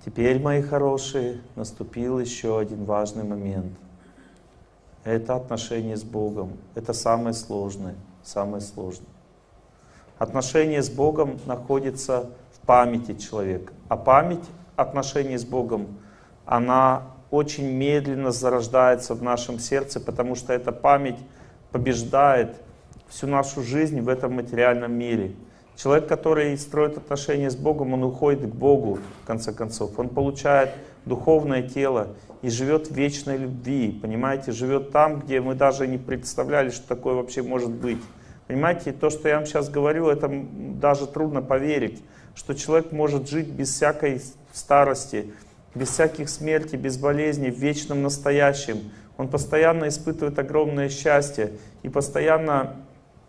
Теперь, мои хорошие, наступил еще один важный момент. Это отношение с Богом. Это самое сложное, самое сложное. Отношение с Богом находится в памяти человека. А память отношения с Богом, она очень медленно зарождается в нашем сердце, потому что эта память побеждает всю нашу жизнь в этом материальном мире. Человек, который строит отношения с Богом, он уходит к Богу, в конце концов. Он получает духовное тело и живет в вечной любви, понимаете, живет там, где мы даже не представляли, что такое вообще может быть. Понимаете, то, что я вам сейчас говорю, это даже трудно поверить, что человек может жить без всякой старости, без всяких смертей, без болезней, в вечном настоящем. Он постоянно испытывает огромное счастье и постоянно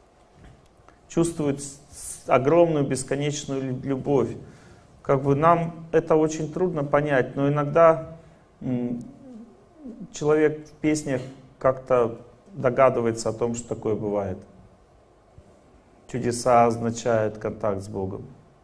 чувствует огромную бесконечную любовь. Как бы нам это очень трудно понять, но иногда человек в песнях как-то догадывается о том, что такое бывает. Чудеса означают контакт с Богом.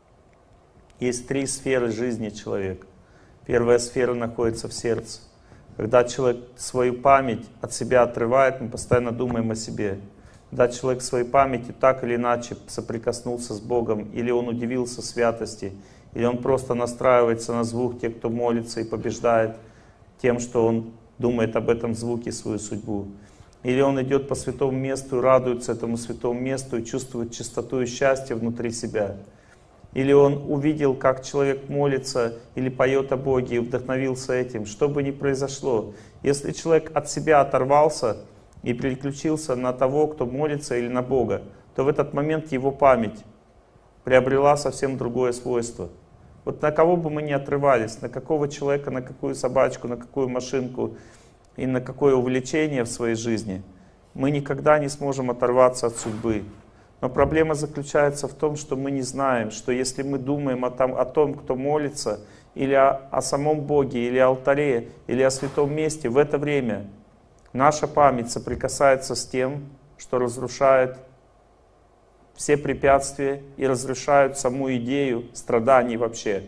Есть 3 сферы жизни человека. Первая сфера находится в сердце. Когда человек свою память от себя отрывает, мы постоянно думаем о себе. Когда человек своей памятью так или иначе соприкоснулся с Богом, или он удивился святости, или он просто настраивается на звук тех, кто молится, и побеждает тем, что он думает об этом звуке свою судьбу. Или он идет по святому месту и радуется этому святому месту и чувствует чистоту и счастье внутри себя. Или он увидел, как человек молится или поет о Боге и вдохновился этим. Что бы ни произошло, если человек от себя оторвался и переключился на того, кто молится, или на Бога, то в этот момент его память приобрела совсем другое свойство. Вот на кого бы мы ни отрывались, на какого человека, на какую собачку, на какую машинку и на какое увлечение в своей жизни, мы никогда не сможем оторваться от судьбы. Но проблема заключается в том, что мы не знаем, что если мы думаем о том, кто молится, или о самом Боге, или о алтаре, или о святом месте, в это время наша память соприкасается с тем, что разрушает все препятствия и разрушает саму идею страданий вообще.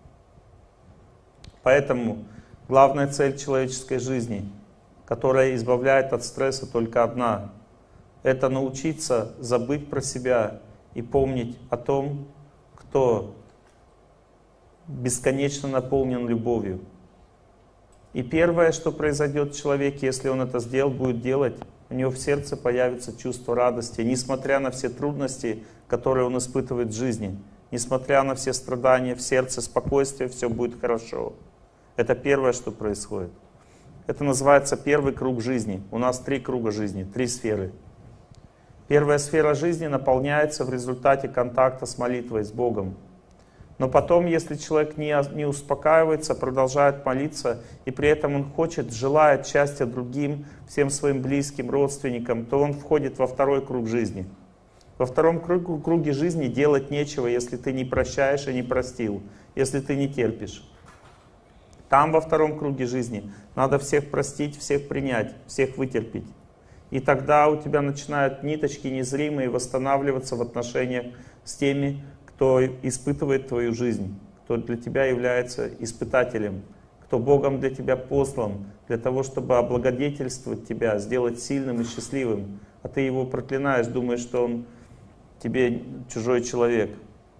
Поэтому главная цель человеческой жизни, которая избавляет от стресса, только одна. Это научиться забыть про себя и помнить о том, кто бесконечно наполнен любовью. И первое, что произойдет в человеке, если он это будет делать, у него в сердце появится чувство радости, несмотря на все трудности, которые он испытывает в жизни, несмотря на все страдания, в сердце спокойствие, все будет хорошо. Это первое, что происходит. Это называется первый круг жизни. У нас 3 круга жизни, 3 сферы. Первая сфера жизни наполняется в результате контакта с молитвой, с Богом. Но потом, если человек не успокаивается, продолжает молиться, и при этом он желает счастья другим, всем своим близким, родственникам, то он входит во второй круг жизни. Во втором круге жизни делать нечего, если ты не прощаешь и не простил, если ты не терпишь. Там, во втором круге жизни, надо всех простить, всех принять, всех вытерпеть. И тогда у тебя начинают ниточки незримые восстанавливаться в отношениях с теми, кто испытывает твою жизнь, кто для тебя является испытателем, кто Богом для тебя послан, для того, чтобы облагодетельствовать тебя, сделать сильным и счастливым. А ты его проклинаешь, думаешь, что он тебе чужой человек.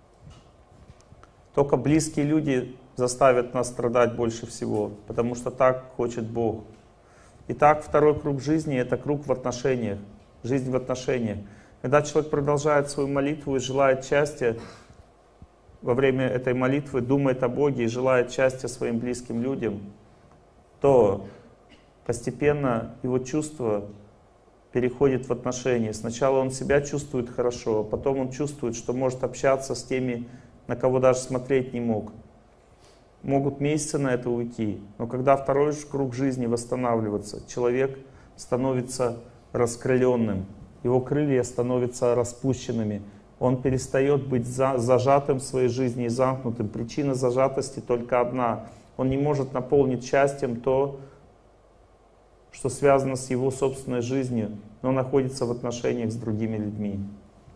Только близкие люди заставят нас страдать больше всего, потому что так хочет Бог. Итак, второй круг жизни — это круг в отношениях, жизнь в отношениях. Когда человек продолжает свою молитву и желает счастья во время этой молитвы, думает о Боге и желает счастья своим близким людям, то постепенно его чувство переходит в отношения. Сначала он себя чувствует хорошо, а потом он чувствует, что может общаться с теми, на кого даже смотреть не мог. Могут месяцы на это уйти, но когда второй круг жизни восстанавливается, человек становится раскрыленным, его крылья становятся распущенными, он перестает быть зажатым в своей жизни и замкнутым. Причина зажатости только одна: он не может наполнить счастьем то, что связано с его собственной жизнью, но находится в отношениях с другими людьми.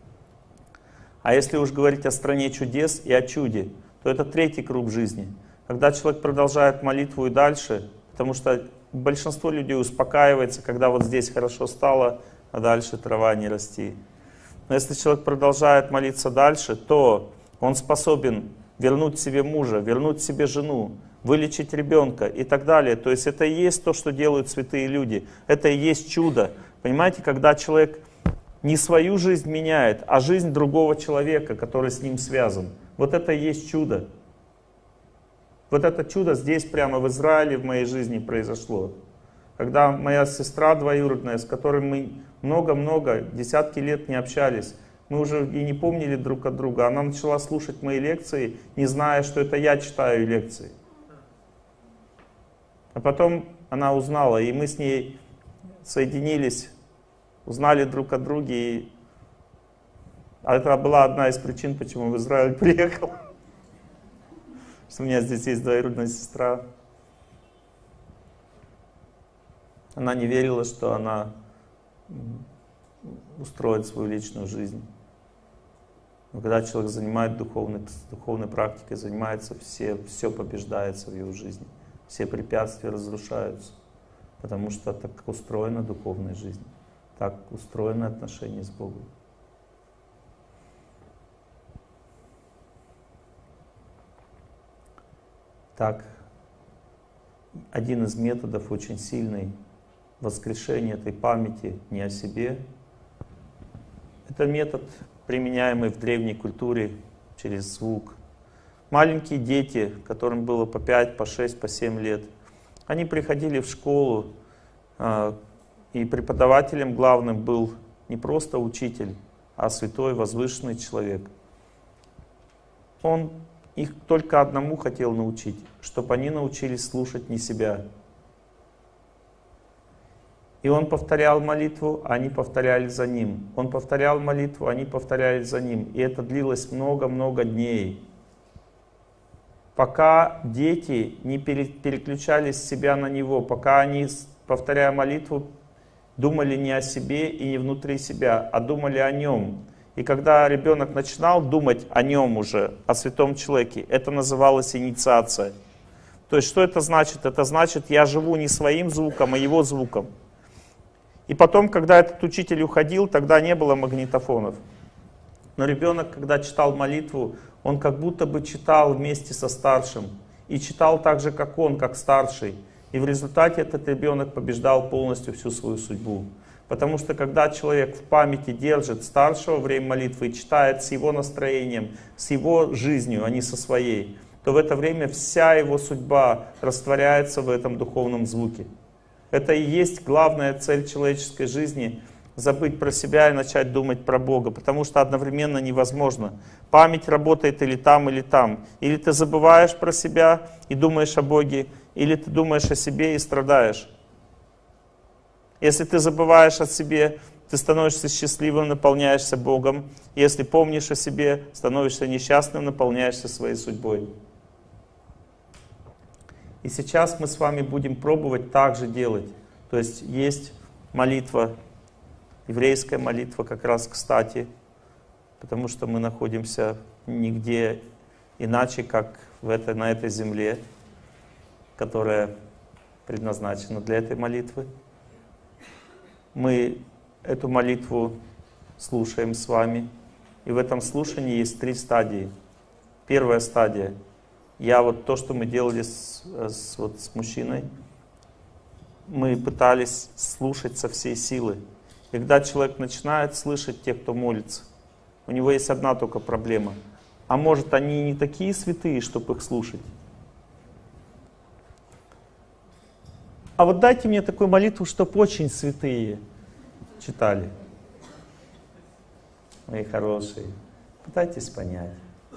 А если уж говорить о стране чудес и о чуде, то это третий круг жизни. Когда человек продолжает молитву и дальше, потому что большинство людей успокаивается, когда вот здесь хорошо стало, а дальше трава не расти. Но если человек продолжает молиться дальше, то он способен вернуть себе мужа, вернуть себе жену, вылечить ребенка и так далее. То есть это и есть то, что делают святые люди. Это и есть чудо. Понимаете, когда человек не свою жизнь меняет, а жизнь другого человека, который с ним связан. Вот это и есть чудо. Вот это чудо здесь, прямо в Израиле, в моей жизни произошло. Когда моя сестра двоюродная, с которой мы много-много, десятки лет не общались, мы уже и не помнили друг от друга, она начала слушать мои лекции, не зная, что это я читаю лекции. А потом она узнала, и мы с ней соединились, узнали друг от друга. А это была одна из причин, почему в Израиль приехал. Что у меня здесь есть двоюродная сестра. Она не верила, что она устроит свою личную жизнь. Но когда человек занимается духовной практикой, занимается, все побеждается в его жизни. Все препятствия разрушаются. Потому что так устроена духовная жизнь. Так устроено отношение с Богом. Так, один из методов очень сильный воскрешения этой памяти не о себе. Это метод, применяемый в древней культуре через звук. Маленькие дети, которым было по 5, по 6, по 7 лет, они приходили в школу, и преподавателем главным был не просто учитель, а святой, возвышенный человек. Он их только одному хотел научить, чтобы они научились слушать не себя. И он повторял молитву, они повторяли за ним. Он повторял молитву, они повторяли за ним. И это длилось много-много дней. Пока дети не переключались с себя на него, пока они, повторяя молитву, думали не о себе и не внутри себя, а думали о нем. И когда ребенок начинал думать о нем уже, о святом человеке, это называлось инициация. То есть что это значит? Это значит, я живу не своим звуком, а его звуком. И потом, когда этот учитель уходил, тогда не было магнитофонов. Но ребенок, когда читал молитву, он как будто бы читал вместе со старшим. И читал так же, как он, как старший. И в результате этот ребенок побеждал полностью всю свою судьбу. Потому что когда человек в памяти держит старшего во время молитвы и читает с его настроением, с его жизнью, а не со своей, то в это время вся его судьба растворяется в этом духовном звуке. Это и есть главная цель человеческой жизни — забыть про себя и начать думать про Бога, потому что одновременно невозможно. Память работает или там, или там. Или ты забываешь про себя и думаешь о Боге, или ты думаешь о себе и страдаешь. Если ты забываешь о себе, ты становишься счастливым, наполняешься Богом. Если помнишь о себе, становишься несчастным, наполняешься своей судьбой. И сейчас мы с вами будем пробовать так же делать. То есть есть молитва, еврейская молитва как раз кстати, потому что мы находимся нигде иначе, как на этой земле, которая предназначена для этой молитвы. Мы эту молитву слушаем с вами. И в этом слушании есть 3 стадии. Первая стадия. То, что мы делали с мужчиной, мы пытались слушать со всей силы. И когда человек начинает слышать тех, кто молится, у него есть одна только проблема. А может, они не такие святые, чтобы их слушать? А вот дайте мне такую молитву, чтобы очень святые читали. Мои хорошие, пытайтесь понять,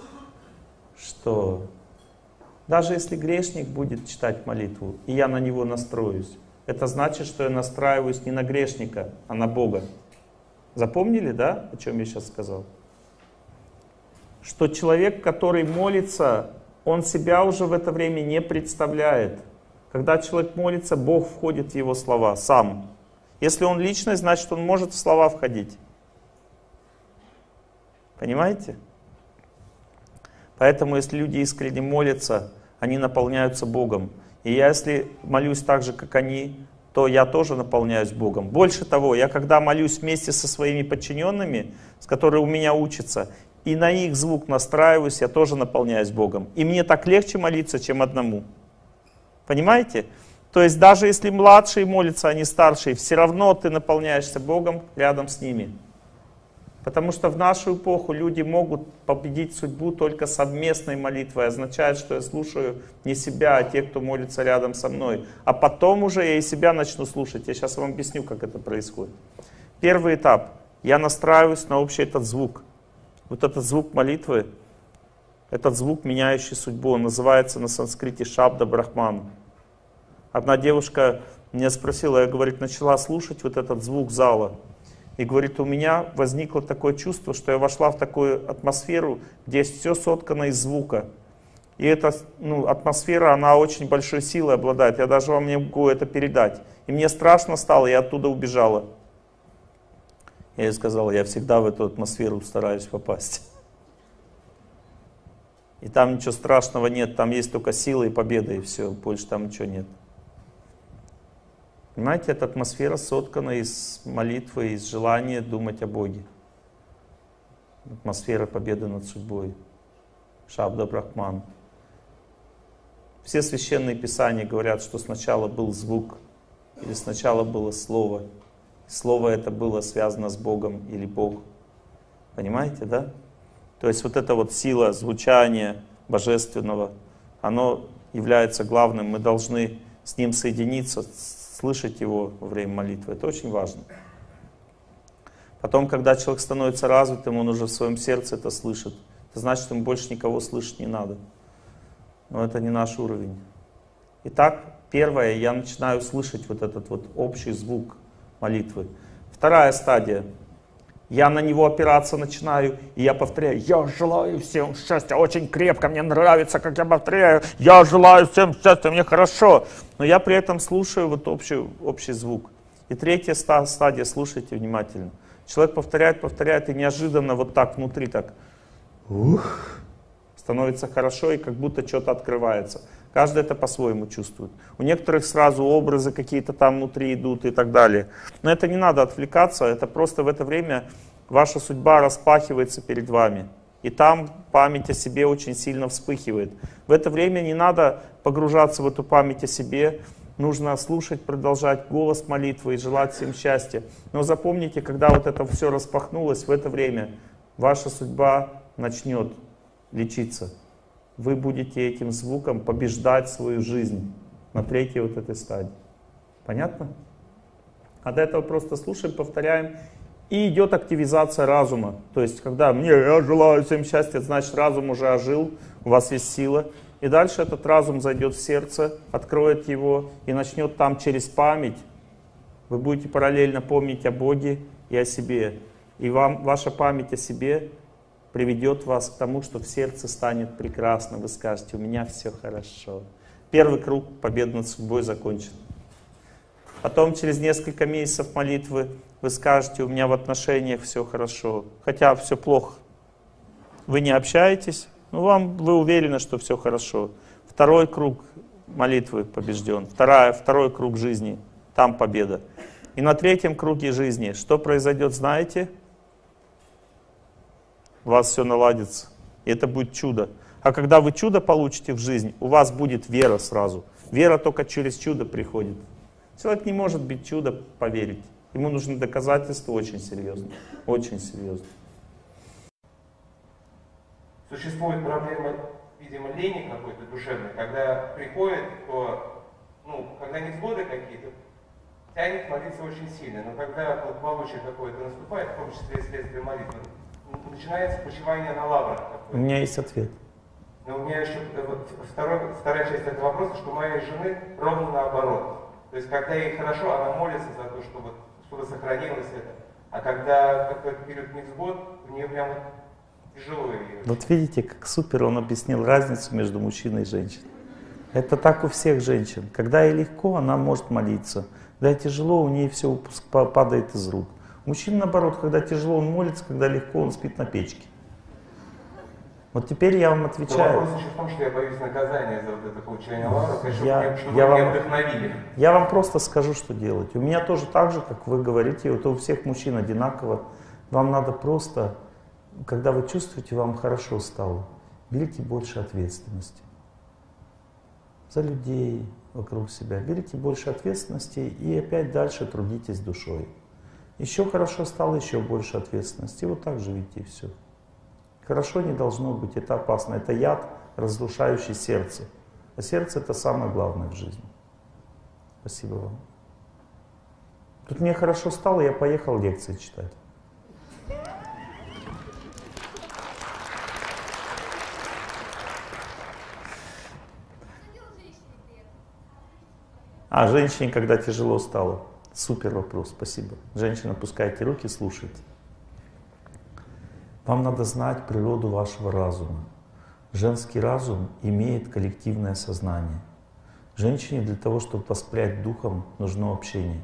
что даже если грешник будет читать молитву, и я на него настроюсь, это значит, что я настраиваюсь не на грешника, а на Бога. Запомнили, да, о чем я сейчас сказал? Что человек, который молится, он себя уже в это время не представляет. Когда человек молится, Бог входит в его слова сам. Если он личность, значит, он может в слова входить. Понимаете? Поэтому, если люди искренне молятся, они наполняются Богом. И я, если молюсь так же, как они, то я тоже наполняюсь Богом. Больше того, я когда молюсь вместе со своими подчиненными, с которыми у меня учатся, и на их звук настраиваюсь, я тоже наполняюсь Богом. И мне так легче молиться, чем одному. Понимаете? То есть даже если младшие молятся, а не старшие, все равно ты наполняешься Богом рядом с ними. Потому что в нашу эпоху люди могут победить судьбу только совместной молитвой. Означает, что я слушаю не себя, а тех, кто молится рядом со мной. А потом уже я и себя начну слушать. Я сейчас вам объясню, как это происходит. Первый этап. Я настраиваюсь на общий этот звук. Вот этот звук молитвы, этот звук, меняющий судьбу, он называется на санскрите Шабда Брахман. Одна девушка меня спросила, я, говорит, начала слушать вот этот звук зала. И говорит, у меня возникло такое чувство, что я вошла в такую атмосферу, где все соткано из звука. И эта атмосфера, она очень большой силой обладает. Я даже вам не могу это передать. И мне страшно стало, я оттуда убежала. Я ей сказал, я всегда в эту атмосферу стараюсь попасть. И там ничего страшного нет, там есть только сила и победа, и все, больше там ничего нет. Понимаете, эта атмосфера соткана из молитвы, из желания думать о Боге. Атмосфера победы над судьбой. Шабда Брахман. Все священные писания говорят, что сначала был звук, или сначала было слово. Слово это было связано с Богом или Бог. Понимаете, да? То есть вот эта вот сила звучания божественного, оно является главным. Мы должны с ним соединиться, слышать его во время молитвы. Это очень важно. Потом, когда человек становится развитым, он уже в своем сердце это слышит. Это значит, ему больше никого слышать не надо. Но это не наш уровень. Итак, первое, я начинаю слышать вот этот вот общий звук молитвы. Вторая стадия. Я на него опираться начинаю, и я повторяю, я желаю всем счастья, очень крепко, мне нравится, как я повторяю, я желаю всем счастья, мне хорошо. Но я при этом слушаю вот общий звук. И третья стадия, слушайте внимательно. Человек повторяет, и неожиданно вот так внутри так становится хорошо, и как будто что-то открывается. Каждый это по-своему чувствует. У некоторых сразу образы какие-то там внутри идут и так далее. Но это не надо отвлекаться, это просто в это время ваша судьба распахивается перед вами. И там память о себе очень сильно вспыхивает. В это время не надо погружаться в эту память о себе. Нужно слушать, продолжать голос молитвы и желать всем счастья. Но запомните, когда вот это все распахнулось, в это время ваша судьба начнет лечиться. Вы будете этим звуком побеждать свою жизнь на третьей вот этой стадии. Понятно? А до этого просто слушаем, повторяем. И идет активизация разума. То есть, когда я желаю всем счастья, значит разум уже ожил, у вас есть сила. И дальше этот разум зайдет в сердце, откроет его и начнет там через память. Вы будете параллельно помнить о Боге и о себе. И ваша память о себе приведет вас к тому, что в сердце станет прекрасно. Вы скажете, у меня все хорошо. Первый круг победы над судьбой закончен. Потом через несколько месяцев молитвы вы скажете, у меня в отношениях все хорошо, хотя все плохо. Вы не общаетесь, но вы уверены, что все хорошо. Второй круг молитвы побежден, второй круг жизни, там победа. И на третьем круге жизни что произойдет, знаете? У вас все наладится, и это будет чудо. А когда вы чудо получите в жизнь, у вас будет вера сразу. Вера только через чудо приходит. Человек не может без чуда поверить. Ему нужно доказательство очень серьезно. Очень серьезно. Существует проблема, видимо, лени какой-то душевной, когда приходит, то, когда невзгоды какие-то, тянет молиться очень сильно. Но когда благополучие какое-то наступает, в том числе и следствие молитвы, начинается почивание на лаврах. У меня есть ответ. Но у меня еще вторая часть этого вопроса, что у моей жены ровно наоборот. То есть, когда ей хорошо, она молится за то, чтобы сохранилось это. А когда какой-то период невзгод, у нее прям тяжело ее. Вот видите, как супер он объяснил разницу между мужчиной и женщиной. Это так у всех женщин. Когда ей легко, она может молиться. Когда ей тяжело, у нее все падает из рук. Мужчина, наоборот, когда тяжело, он молится, когда легко, он спит на печке. Вот теперь я вам отвечаю. Вопрос еще в том, что я боюсь наказания за вот это получение лавров, чтобы меня вдохновили. Я вам просто скажу, что делать. У меня тоже так же, как вы говорите, вот у всех мужчин одинаково. Вам надо просто, когда вы чувствуете, вам хорошо стало, берите больше ответственности за людей вокруг себя. Берите больше ответственности и опять дальше трудитесь душой. Еще хорошо стало, еще больше ответственности. И вот так живите, и все. Хорошо не должно быть, это опасно. Это яд, разрушающий сердце. А сердце — это самое главное в жизни. Спасибо вам. Тут мне хорошо стало, я поехал лекции читать. А женщине, когда тяжело стало? Супер вопрос, спасибо. Женщина, опускайте руки, слушайте. Вам надо знать природу вашего разума. Женский разум имеет коллективное сознание. Женщине для того, чтобы воспрять духом, нужно общение.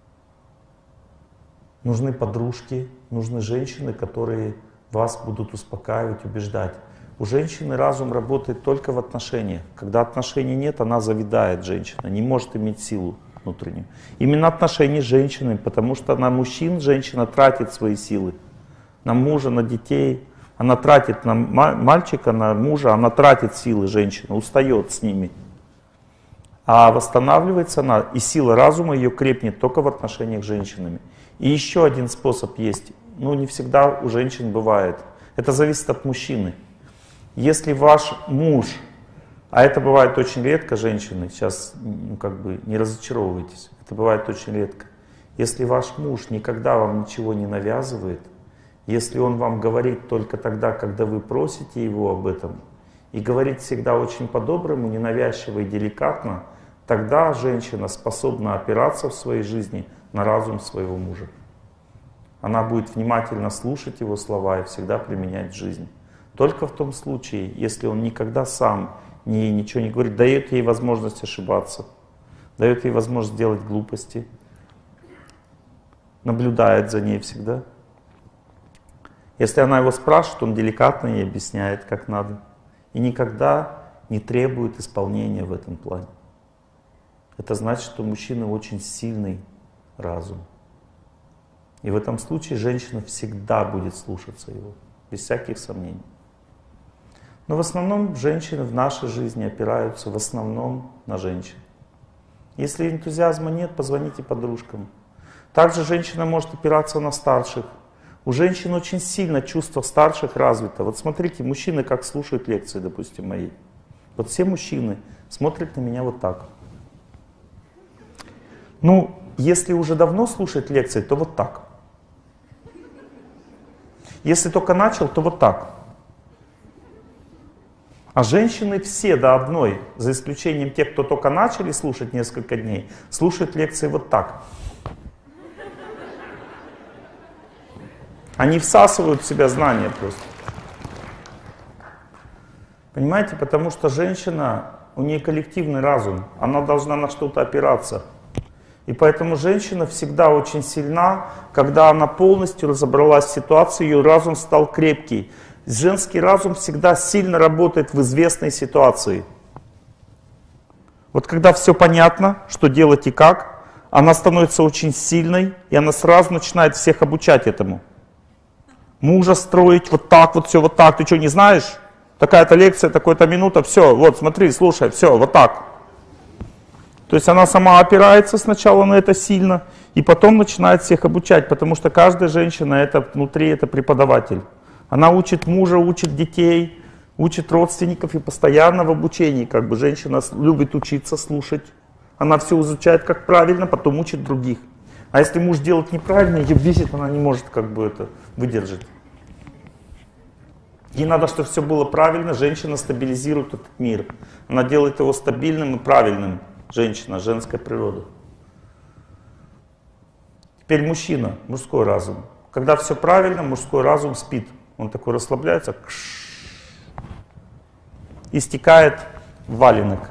Нужны подружки, нужны женщины, которые вас будут успокаивать, убеждать. У женщины разум работает только в отношениях. Когда отношений нет, она завидает, женщина, не может иметь силу внутреннюю. Именно отношения с женщиной, потому что на мужчин женщина тратит свои силы. На мужа, на детей. Она тратит на мальчика, на мужа, она тратит силы, женщина, устает с ними. А восстанавливается она, и сила разума ее крепнет только в отношениях с женщинами. И еще один способ есть, но не всегда у женщин бывает. Это зависит от мужчины. Если ваш муж, а это бывает очень редко, женщины, сейчас не разочаровывайтесь, это бывает очень редко. Если ваш муж никогда вам ничего не навязывает, если он вам говорит только тогда, когда вы просите его об этом, и говорит всегда очень по-доброму, ненавязчиво и деликатно, тогда женщина способна опираться в своей жизни на разум своего мужа. Она будет внимательно слушать его слова и всегда применять в жизни. Только в том случае, если он никогда сам ничего не говорит, дает ей возможность ошибаться, дает ей возможность делать глупости, наблюдает за ней всегда. Если она его спрашивает, он деликатно ей объясняет, как надо. И никогда не требует исполнения в этом плане. Это значит, что у мужчины очень сильный разум. И в этом случае женщина всегда будет слушаться его, без всяких сомнений. Но в основном женщины в нашей жизни опираются в основном на женщин. Если энтузиазма нет, позвоните подружкам. Также женщина может опираться на старших. У женщин очень сильно чувство старших развито. Вот смотрите, мужчины как слушают лекции, допустим, мои. Вот все мужчины смотрят на меня вот так. Ну, если уже давно слушать лекции, то вот так. Если только начал, то вот так. А женщины все до одной, за исключением тех, кто только начали слушать несколько дней, слушают лекции вот так. Они всасывают в себя знания просто. Понимаете? Потому что женщина, у нее коллективный разум, она должна на что-то опираться. И поэтому женщина всегда очень сильна, когда она полностью разобралась в ситуации, ее разум стал крепкий. Женский разум всегда сильно работает в известной ситуации. Вот когда все понятно, что делать и как, она становится очень сильной, и она сразу начинает всех обучать этому. Мужа строить вот так, вот все вот так, ты что, не знаешь? Такая-то лекция, такая-то минута, все, вот смотри, слушай, все, вот так. То есть она сама опирается сначала на это сильно, и потом начинает всех обучать, потому что каждая женщина это внутри это преподаватель. Она учит мужа, учит детей, учит родственников и постоянно в обучении. Как бы женщина любит учиться, слушать. Она все изучает как правильно, потом учит других. А если муж делает неправильно, ее бесит, она не может как бы это выдержать. Ей надо, чтобы все было правильно, женщина стабилизирует этот мир. Она делает его стабильным и правильным. Женщина, женская природа. Теперь мужчина, мужской разум. Когда все правильно, мужской разум спит. Он такой расслабляется и стекает в валенок.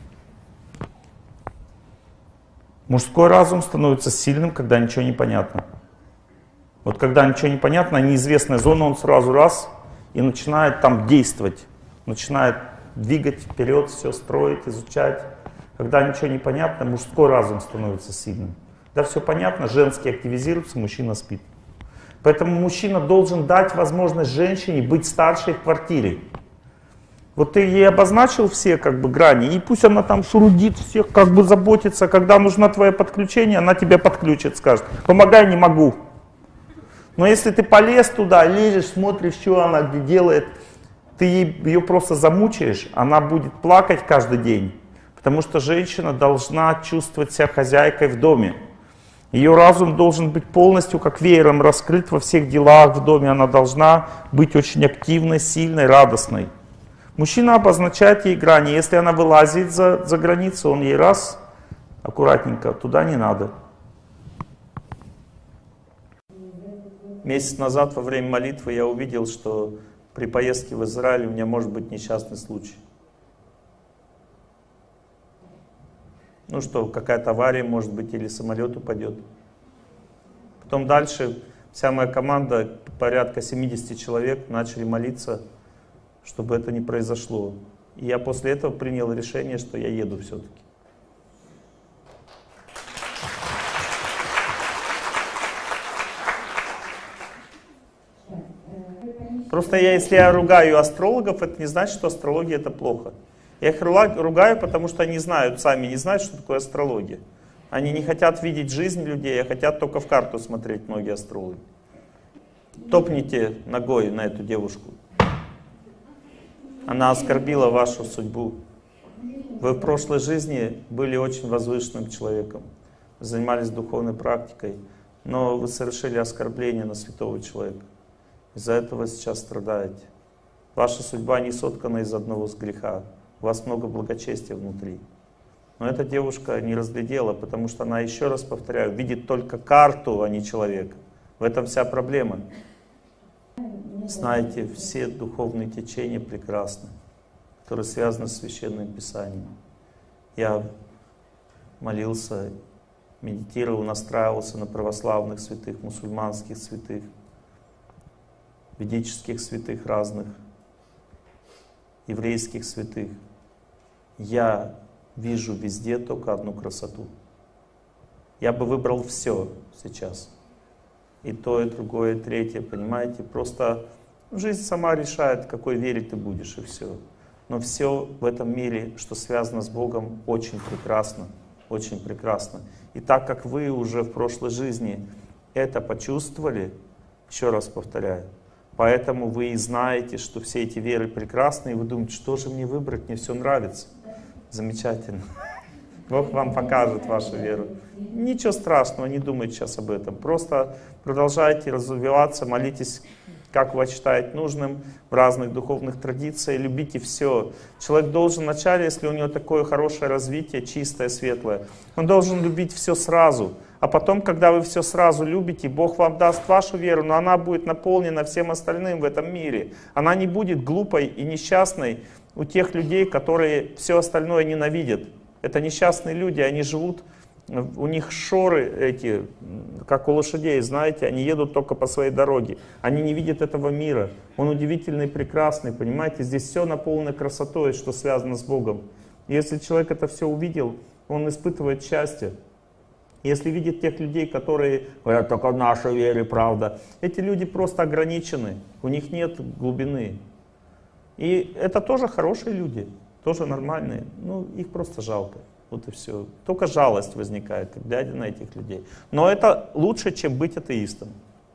Мужской разум становится сильным, когда ничего не понятно. Вот когда ничего не понятно, неизвестная зона, он сразу раз и начинает там действовать, начинает двигать вперед, все строить, изучать. Когда ничего не понятно, мужской разум становится сильным. Да, все понятно, женский активизируется, мужчина спит. Поэтому мужчина должен дать возможность женщине быть старшей в квартире. Вот ты ей обозначил все как бы грани, и пусть она там шурудит, всех как бы заботится. Когда нужно твое подключение, она тебя подключит, скажет: помогай, не могу. Но если ты полез туда, лезешь, смотришь, что она где делает, ты ее просто замучаешь, она будет плакать каждый день. Потому что женщина должна чувствовать себя хозяйкой в доме. Ее разум должен быть полностью как веером раскрыт во всех делах в доме. Она должна быть очень активной, сильной, радостной. Мужчина обозначает ей грани. Если она вылазит за границу, он ей раз, аккуратненько, туда не надо. Месяц назад во время молитвы я увидел, что при поездке в Израиль у меня может быть несчастный случай. Ну что, какая-то авария может быть, или самолет упадет. Потом дальше вся моя команда, порядка 70 человек, начали молиться, чтобы это не произошло. И я после этого принял решение, что я еду все-таки. Просто если я ругаю астрологов, это не значит, что астрология это плохо. Я их ругаю, потому что они знают, сами не знают, что такое астрология. Они не хотят видеть жизнь людей, а хотят только в карту смотреть, многие астрологи. Топните ногой на эту девушку. Она оскорбила вашу судьбу. Вы в прошлой жизни были очень возвышенным человеком, занимались духовной практикой, но вы совершили оскорбление на святого человека. Из-за этого сейчас страдаете. Ваша судьба не соткана из одного греха. У вас много благочестия внутри. Но эта девушка не разглядела, потому что она, еще раз повторяю, видит только карту, а не человека. В этом вся проблема. Знаете, все духовные течения прекрасны, которые связаны с Священным Писанием. Я молился, медитировал, настраивался на православных святых, мусульманских святых, ведических святых разных, еврейских святых. Я вижу везде только одну красоту. Я бы выбрал все сейчас. И то, и другое, и третье, понимаете? Просто жизнь сама решает, какой вере ты будешь, и все. Но все в этом мире, что связано с Богом, очень прекрасно. Очень прекрасно. И так как вы уже в прошлой жизни это почувствовали, еще раз повторяю, поэтому вы и знаете, что все эти веры прекрасны, и вы думаете, что же мне выбрать, мне все нравится. Замечательно. Бог вам покажет вашу веру. Ничего страшного, не думайте сейчас об этом. Просто продолжайте развиваться, молитесь, как вы считаете нужным, в разных духовных традициях, любите все. Человек должен вначале, если у него такое хорошее развитие, чистое, светлое, он должен любить все сразу. А потом, когда вы все сразу любите, Бог вам даст вашу веру, но она будет наполнена всем остальным в этом мире. Она не будет глупой и несчастной у тех людей, которые все остальное ненавидят. Это несчастные люди, они живут, у них шоры эти, как у лошадей, знаете, они едут только по своей дороге. Они не видят этого мира. Он удивительный, прекрасный, понимаете, здесь все наполнено красотой, что связано с Богом. И если человек это все увидел, он испытывает счастье. Если видит тех людей, которые говорят, только в нашей вере правда, эти люди просто ограничены, у них нет глубины. И это тоже хорошие люди, тоже нормальные, ну их просто жалко, вот и все. Только жалость возникает, глядя на этих людей. Но это лучше, чем быть атеистом.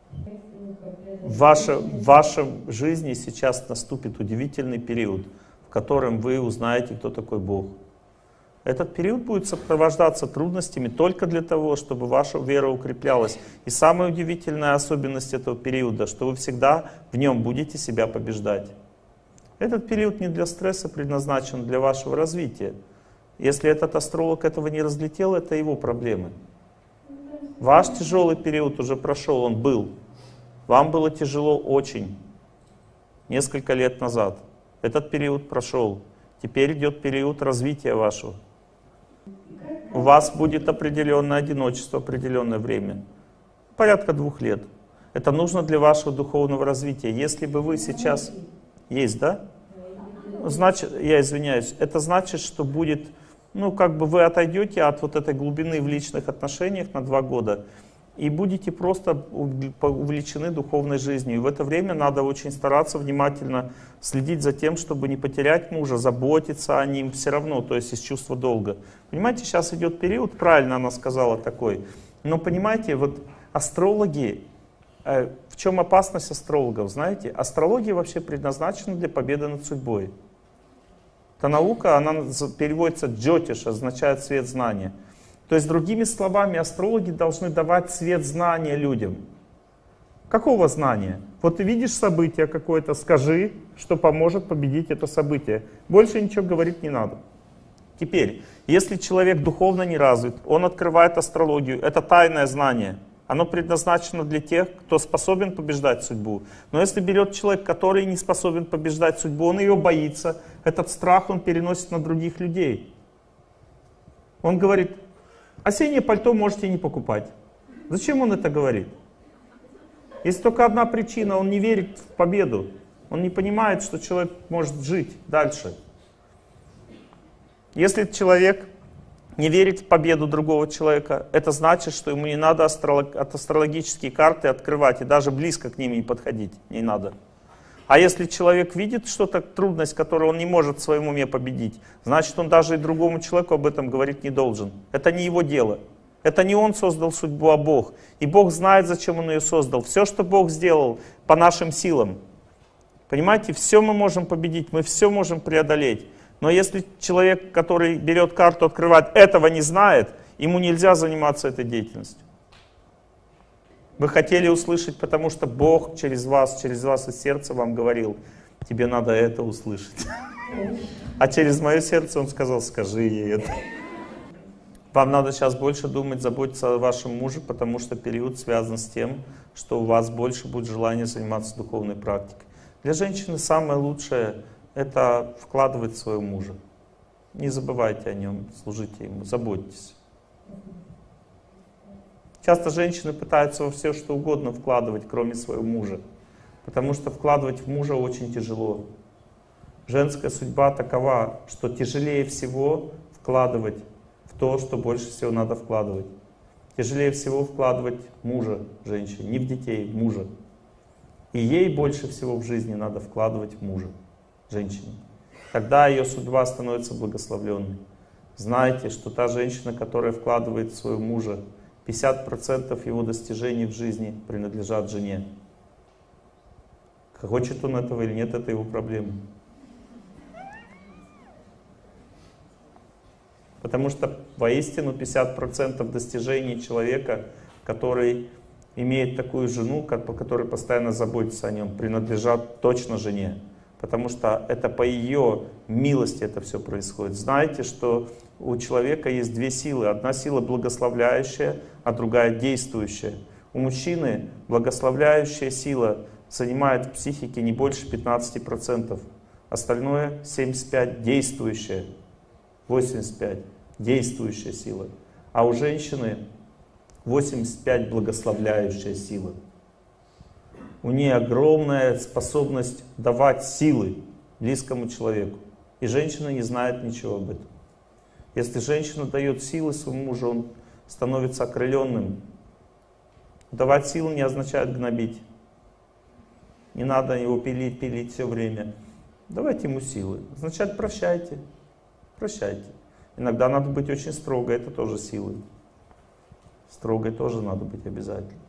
В вашей жизни сейчас наступит удивительный период, в котором вы узнаете, кто такой Бог. Этот период будет сопровождаться трудностями только для того, чтобы ваша вера укреплялась. И самая удивительная особенность этого периода, что вы всегда в нем будете себя побеждать. Этот период не для стресса предназначен, для вашего развития. Если этот астролог этого не разлетел, это его проблемы. Ваш тяжелый период уже прошел, он был. Вам было тяжело очень. Несколько лет назад. Этот период прошел. Теперь идет период развития вашего. У вас будет определенное одиночество, определенное время. Порядка 2 лет. Это нужно для вашего духовного развития. Если бы вы сейчас... Есть, да? Значит, я извиняюсь, это значит, что будет... Ну, как бы вы отойдете от вот этой глубины в личных отношениях на 2 года и будете просто увлечены духовной жизнью. И в это время надо очень стараться внимательно следить за тем, чтобы не потерять мужа, заботиться о ним все равно, то есть из чувства долга. Понимаете, сейчас идет период, правильно она сказала такой, но понимаете, вот астрологи, в чем опасность астрологов, знаете? Астрология вообще предназначена для победы над судьбой. Эта наука, она переводится «джотиш», означает «свет знания». То есть, другими словами, астрологи должны давать свет знания людям. Какого знания? Вот ты видишь событие какое-то, скажи, что поможет победить это событие. Больше ничего говорить не надо. Теперь, если человек духовно не развит, он открывает астрологию, это тайное знание. Оно предназначено для тех, кто способен побеждать судьбу. Но если берет человек, который не способен побеждать судьбу, он ее боится, этот страх он переносит на других людей. Он говорит, осеннее пальто можете не покупать. Зачем он это говорит? Есть только одна причина, он не верит в победу. Он не понимает, что человек может жить дальше. Если человек не верит в победу другого человека, это значит, что ему не надо астрологические карты открывать и даже близко к ним не подходить не надо. А если человек видит что-то, трудность, которую он не может в своем уме победить, значит, он даже и другому человеку об этом говорить не должен. Это не его дело. Это не он создал судьбу, а Бог. И Бог знает, зачем он ее создал. Все, что Бог сделал, по нашим силам. Понимаете, все мы можем победить, мы все можем преодолеть. Но если человек, который берет карту, открывает, этого не знает, ему нельзя заниматься этой деятельностью. Вы хотели услышать, потому что Бог через вас из сердца вам говорил, тебе надо это услышать. А через мое сердце Он сказал, скажи ей это. Вам надо сейчас больше думать, заботиться о вашем муже, потому что период связан с тем, что у вас больше будет желание заниматься духовной практикой. Для женщины самое лучшее — это вкладывать в своего мужа. Не забывайте о нем, служите ему, заботьтесь. Часто женщины пытаются во все что угодно вкладывать, кроме своего мужа. Потому что вкладывать в мужа очень тяжело. Женская судьба такова, что тяжелее всего вкладывать в то, что больше всего надо вкладывать. Тяжелее всего вкладывать мужа женщине, не в детей, в мужа. И ей больше всего в жизни надо вкладывать в мужа женщине. Тогда ее судьба становится благословленной. Знайте, что та женщина, которая вкладывает в своего мужа, 50% его достижений в жизни принадлежат жене. Хочет он этого или нет, это его проблема. Потому что воистину 50% достижений человека, который имеет такую жену, по которой постоянно заботится о нем, принадлежат точно жене. Потому что это по ее милости это все происходит. Знаете, что у человека есть 2 силы. Одна сила благословляющая, а другая действующая. У мужчины благословляющая сила занимает в психике не больше 15%. Остальное 75% действующая, 85% действующая сила. А у женщины 85% благословляющая сила. У нее огромная способность давать силы близкому человеку. И женщина не знает ничего об этом. Если женщина дает силы своему мужу, он становится окрыленным. Давать силы не означает гнобить. Не надо его пилить все время. Давайте ему силы. Означает прощайте. Прощайте. Иногда надо быть очень строгой, это тоже силы. Строгой тоже надо быть обязательно.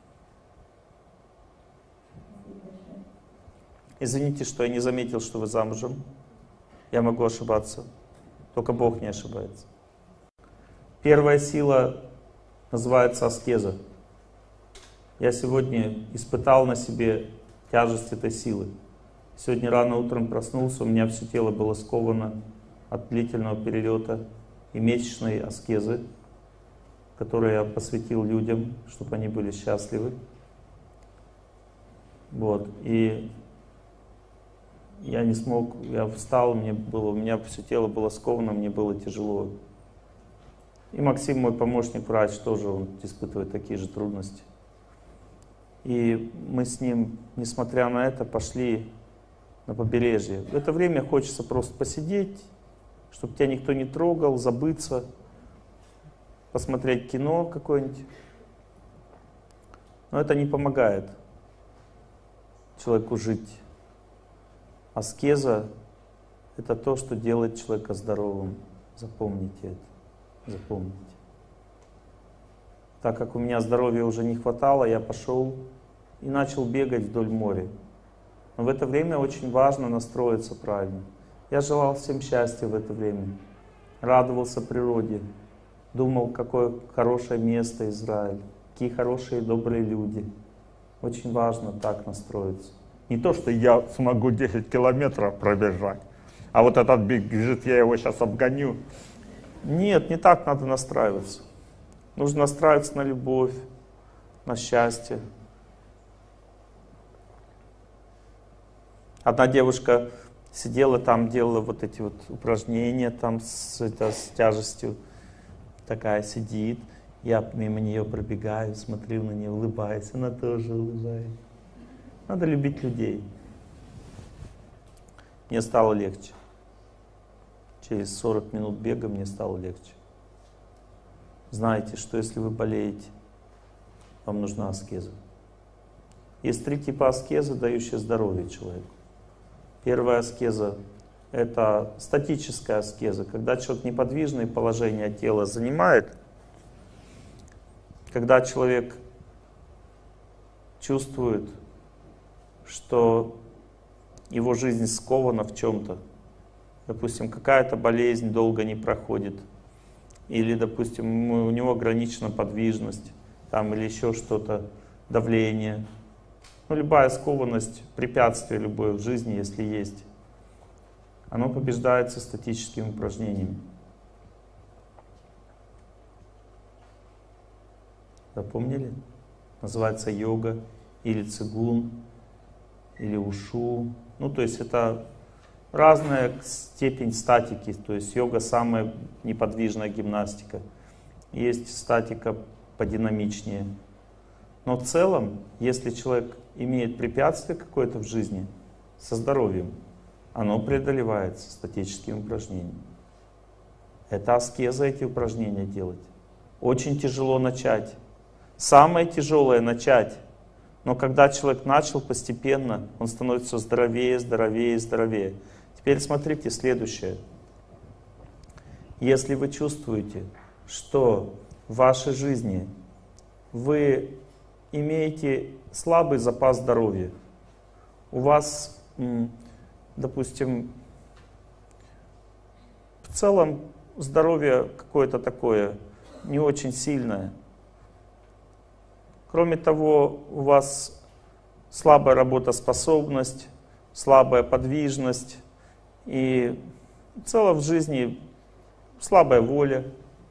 Извините, что я не заметил, что вы замужем. Я могу ошибаться. Только Бог не ошибается. Первая сила называется аскеза. Я сегодня испытал на себе тяжесть этой силы. Сегодня рано утром проснулся, у меня все тело было сковано от длительного перелета и месячной аскезы, которую я посвятил людям, чтобы они были счастливы. Вот. И я не смог, я встал, у меня все тело было сковано, мне было тяжело. И Максим, мой помощник, врач, тоже он испытывает такие же трудности. И мы с ним, несмотря на это, пошли на побережье. В это время хочется просто посидеть, чтобы тебя никто не трогал, забыться, посмотреть кино какое-нибудь. Но это не помогает человеку жить. Аскеза — это то, что делает человека здоровым. Запомните это. Запомните. Так как у меня здоровья уже не хватало, я пошел и начал бегать вдоль моря. Но в это время очень важно настроиться правильно. Я желал всем счастья в это время. Радовался природе. Думал, какое хорошее место Израиль. Какие хорошие, добрые люди. Очень важно так настроиться. Не то, что я смогу 10 километров пробежать, а вот этот бежит, я его сейчас обгоню. Нет, не так надо настраиваться. Нужно настраиваться на любовь, на счастье. Одна девушка сидела там, делала вот эти вот упражнения там с тяжестью. Такая сидит. Я мимо нее пробегаю, смотрю на нее, улыбаюсь. Она тоже улыбается. Надо любить людей. Мне стало легче. Через 40 минут бега мне стало легче. Знаете, что если вы болеете, вам нужна аскеза. Есть 3 типа аскезы, дающие здоровье человеку. Первая аскеза — это статическая аскеза, когда человек неподвижное положение тела занимает, когда человек чувствует, что его жизнь скована в чем-то. Допустим, какая-то болезнь долго не проходит, или, допустим, у него ограничена подвижность, там, или еще что-то, давление. Ну, любая скованность, препятствие любое в жизни, если есть, оно побеждается статическими упражнениями. Запомнили? Называется йога, или цигун, или ушу. Ну, то есть это разная степень статики. То есть йога самая неподвижная гимнастика. Есть статика подинамичнее. Но в целом, если человек имеет препятствие какое-то в жизни со здоровьем, оно преодолевается статическими упражнениями. Это аскеза, эти упражнения делать. Очень тяжело начать. Самое тяжелое начать. Но когда человек начал постепенно, он становится здоровее, здоровее, здоровее. Теперь смотрите следующее. Если вы чувствуете, что в вашей жизни вы имеете слабый запас здоровья, у вас, допустим, в целом здоровье какое-то такое не очень сильное. Кроме того, у вас слабая работоспособность, слабая подвижность и в целом в жизни слабая воля,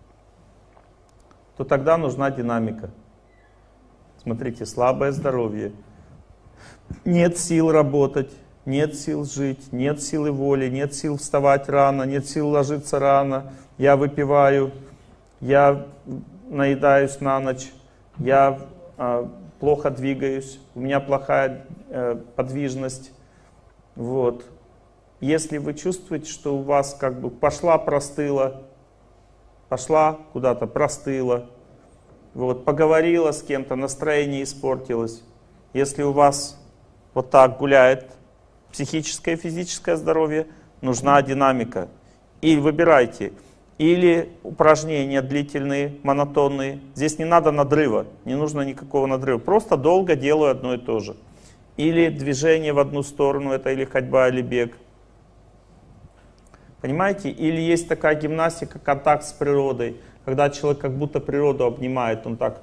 то тогда нужна динамика. Смотрите, слабое здоровье, нет сил работать, нет сил жить, нет силы воли, нет сил вставать рано, нет сил ложиться рано, я выпиваю, я наедаюсь на ночь, я плохо двигаюсь, у меня плохая подвижность. Вот. Если вы чувствуете, что у вас как бы пошла, простыла, пошла куда-то, простыла, вот, поговорила с кем-то, настроение испортилось. Если у вас вот так гуляет психическое и физическое здоровье, нужна динамика. И выбирайте. Или упражнения длительные, монотонные. Здесь не надо надрыва, не нужно никакого надрыва. Просто долго делаю одно и то же. Или движение в одну сторону, это или ходьба, или бег. Понимаете? Или есть такая гимнастика, контакт с природой, когда человек как будто природу обнимает, он так...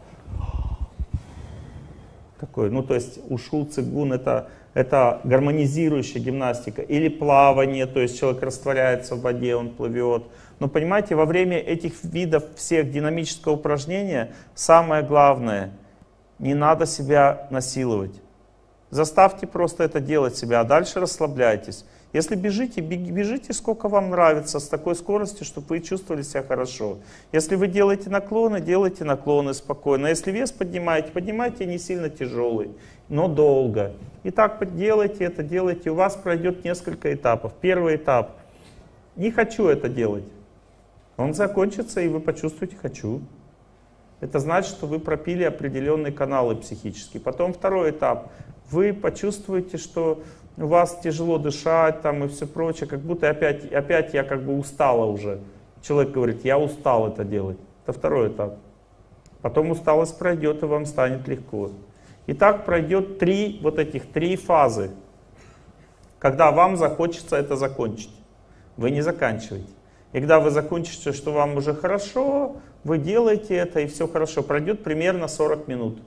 Такой, ну то есть ушу, цигун это гармонизирующая гимнастика. Или плавание, то есть человек растворяется в воде, он плывет. Но понимаете, во время этих видов всех динамического упражнения самое главное, не надо себя насиловать. Заставьте просто это делать себя, а дальше расслабляйтесь. Если бежите, бежите сколько вам нравится, с такой скоростью, чтобы вы чувствовали себя хорошо. Если вы делаете наклоны спокойно. Если вес поднимаете, поднимайте не сильно тяжелый, но долго. И так делайте это, делайте. У вас пройдет несколько этапов. Первый этап. Не хочу это делать. Он закончится, и вы почувствуете «хочу». Это значит, что вы пропили определенные каналы психические. Потом второй этап. Вы почувствуете, что у вас тяжело дышать там, и все прочее, как будто опять я как бы устала уже. Человек говорит, я устал это делать. Это второй этап. Потом усталость пройдет, и вам станет легко. И так пройдет три фазы, когда вам захочется это закончить. Вы не заканчиваете. И когда вы закончите, что вам уже хорошо, вы делаете это, и все хорошо. Пройдет примерно 40 минут.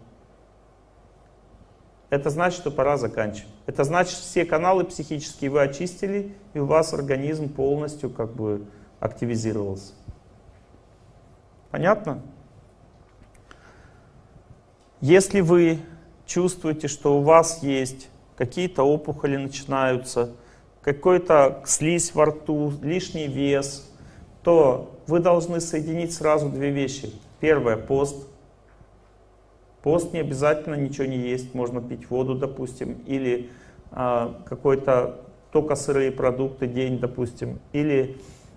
Это значит, что пора заканчивать. Это значит, все каналы психические вы очистили, и у вас организм полностью как бы активизировался. Понятно? Если вы чувствуете, что у вас есть какие-то опухоли начинаются, какой-то слизь во рту, лишний вес, то вы должны соединить сразу две вещи. Первое — пост. Пост не обязательно ничего не есть, можно пить воду, допустим, или какой-то только сырые продукты день, допустим, или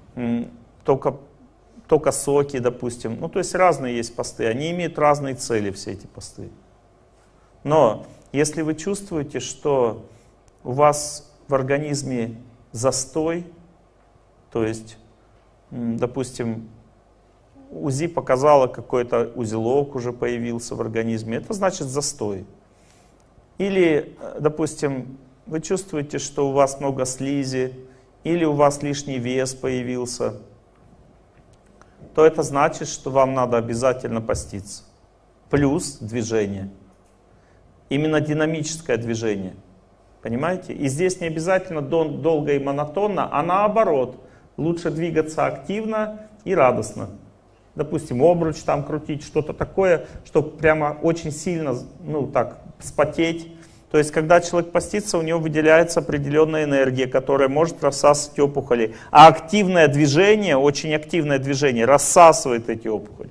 только соки, допустим. Ну, то есть разные есть посты, они имеют разные цели, все эти посты. Но если вы чувствуете, что у вас в организме застой, то есть, допустим, УЗИ показало, какой-то узелок уже появился в организме, это значит застой. Или, допустим, вы чувствуете, что у вас много слизи, или у вас лишний вес появился, то это значит, что вам надо обязательно поститься. Плюс движение. Именно динамическое движение. Понимаете? И здесь не обязательно долго и монотонно, а наоборот. Лучше двигаться активно и радостно. Допустим, обруч там крутить, что-то такое, чтобы прямо очень сильно, ну так, вспотеть. То есть, когда человек постится, у него выделяется определенная энергия, которая может рассасывать опухоли. А активное движение, очень активное движение, рассасывает эти опухоли.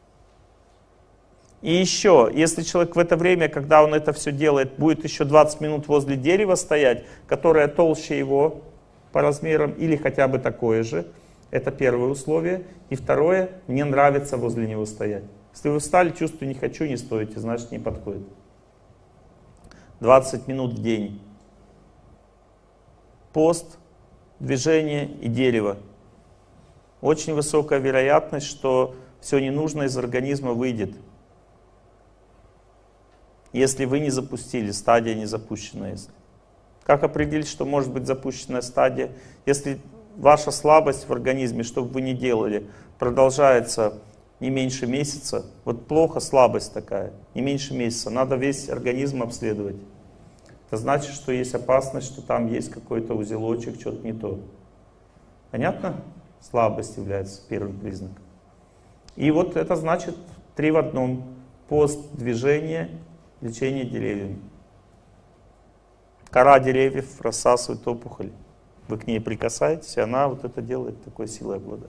И еще, если человек в это время, когда он это все делает, будет еще 20 минут возле дерева стоять, которое толще его по размерам, или хотя бы такое же, это первое условие. И второе, мне нравится возле него стоять. Если вы встали, чувствую, не хочу, не стоите, значит не подходит. 20 минут в день. Пост, движение и дерево. Очень высокая вероятность, что все ненужное из организма выйдет. Если вы не запустили, стадия не запущена. Если. Как определить, что может быть запущенная стадия? Если ваша слабость в организме, что бы вы ни делали, продолжается не меньше месяца, вот плохо, слабость такая, не меньше месяца, надо весь организм обследовать. Это значит, что есть опасность, что там есть какой-то узелочек, что-то не то. Понятно? Слабость является первым признаком. И вот это значит 3 в 1. Пост, движение, лечение деревьями. Кора деревьев рассасывает опухоль. Вы к ней прикасаетесь, и она вот это делает, такой силой обладает.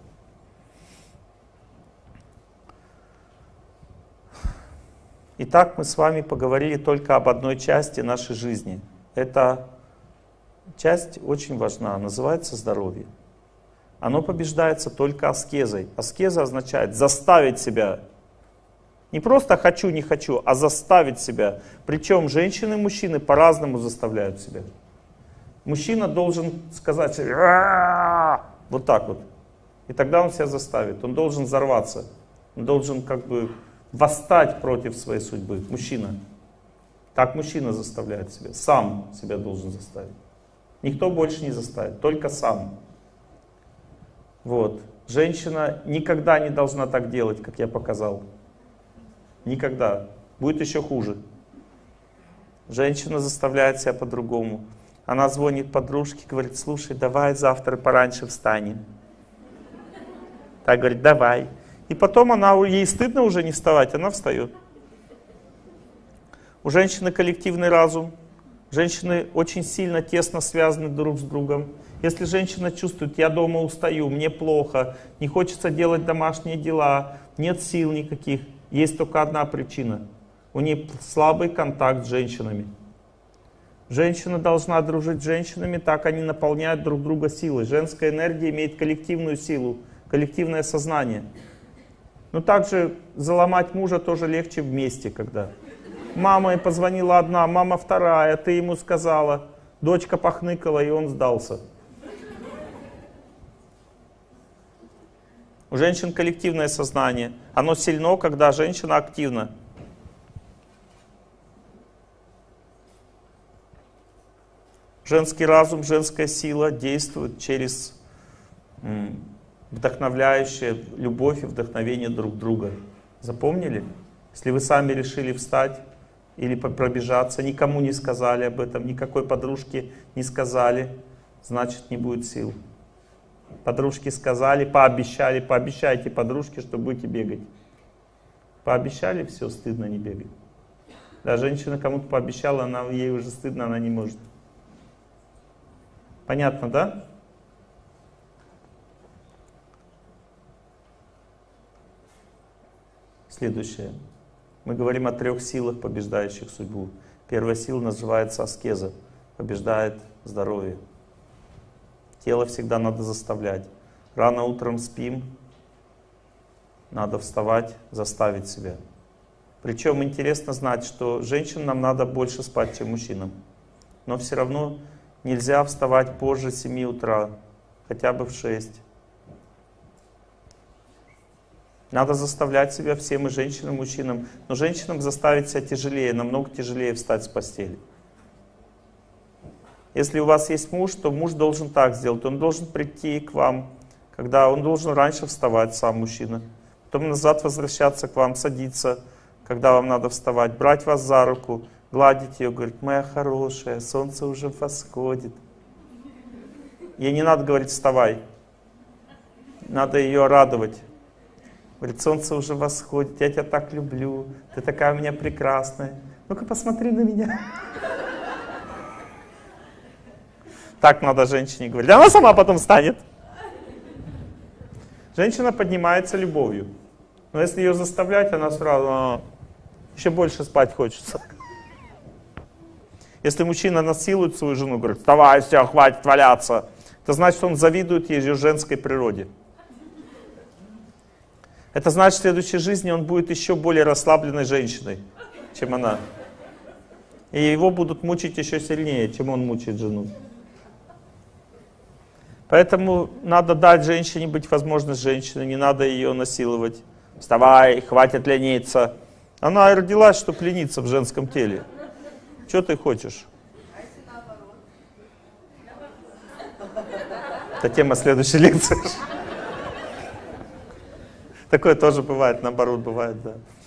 Итак, мы с вами поговорили только об одной части нашей жизни. Эта часть очень важна, называется здоровье. Оно побеждается только аскезой. Аскеза означает заставить себя. Не просто хочу, не хочу, а заставить себя. Причем женщины и мужчины по-разному заставляют себя. Мужчина должен сказать вот так вот. И тогда он себя заставит. Он должен взорваться. Он должен как бы восстать против своей судьбы. Мужчина. Так мужчина заставляет себя. Сам себя должен заставить. Никто больше не заставит. Только сам. Вот. Женщина никогда не должна так делать, как я показал. Никогда. Будет еще хуже. Женщина заставляет себя по-другому. Она звонит подружке, говорит, слушай, давай завтра пораньше встанем. Так говорит, давай. И потом ей стыдно уже не вставать, она встает. У женщины коллективный разум. Женщины очень сильно, тесно связаны друг с другом. Если женщина чувствует, я дома устаю, мне плохо, не хочется делать домашние дела, нет сил никаких, есть только одна причина. У нее слабый контакт с женщинами. Женщина должна дружить с женщинами, так они наполняют друг друга силой. Женская энергия имеет коллективную силу, коллективное сознание. Но также заломать мужа тоже легче вместе, когда. Мама ей позвонила одна, мама вторая, ты ему сказала. Дочка похныкала, и он сдался. У женщин коллективное сознание. Оно сильно, когда женщина активна. Женский разум, женская сила действуют через вдохновляющую любовь и вдохновение друг друга. Запомнили? Если вы сами решили встать или пробежаться, никому не сказали об этом, никакой подружке не сказали, значит не будет сил. Подружки сказали, пообещали, пообещайте подружке, что будете бегать. Пообещали, все, стыдно не бегать. Да, женщина кому-то пообещала, ей уже стыдно, она не может. Понятно, да? Следующее. Мы говорим о 3 силах, побеждающих судьбу. Первая сила называется аскеза, побеждает здоровье. Тело всегда надо заставлять. Рано утром спим, надо вставать, заставить себя. Причем интересно знать, что женщинам нам надо больше спать, чем мужчинам. Но все равно нельзя вставать позже 7 утра, хотя бы в 6. Надо заставлять себя всем, и женщинам, и мужчинам. Но женщинам заставить себя тяжелее, намного тяжелее встать с постели. Если у вас есть муж, то муж должен так сделать. Он должен прийти к вам, когда он должен раньше вставать, сам мужчина. Потом назад возвращаться к вам, садиться, когда вам надо вставать, брать вас за руку, гладить ее, говорить, моя хорошая, солнце уже восходит. Ей не надо говорить, вставай. Надо ее радовать. Говорит, солнце уже восходит, я тебя так люблю, ты такая у меня прекрасная. Ну-ка посмотри на меня. Так надо женщине говорить. Она сама потом встанет. Женщина поднимается любовью. Но если ее заставлять, она сразу еще больше спать хочется. Если мужчина насилует свою жену, говорит, вставай, все, хватит валяться, это значит, он завидует ее женской природе. Это значит, в следующей жизни он будет еще более расслабленной женщиной, чем она. И его будут мучить еще сильнее, чем он мучает жену. Поэтому надо дать женщине быть возможность женщины, не надо ее насиловать. Вставай, хватит лениться. Она родилась, чтобы лениться в женском теле. Что ты хочешь? Это тема следующей лекции. Такое тоже бывает, наоборот бывает, да.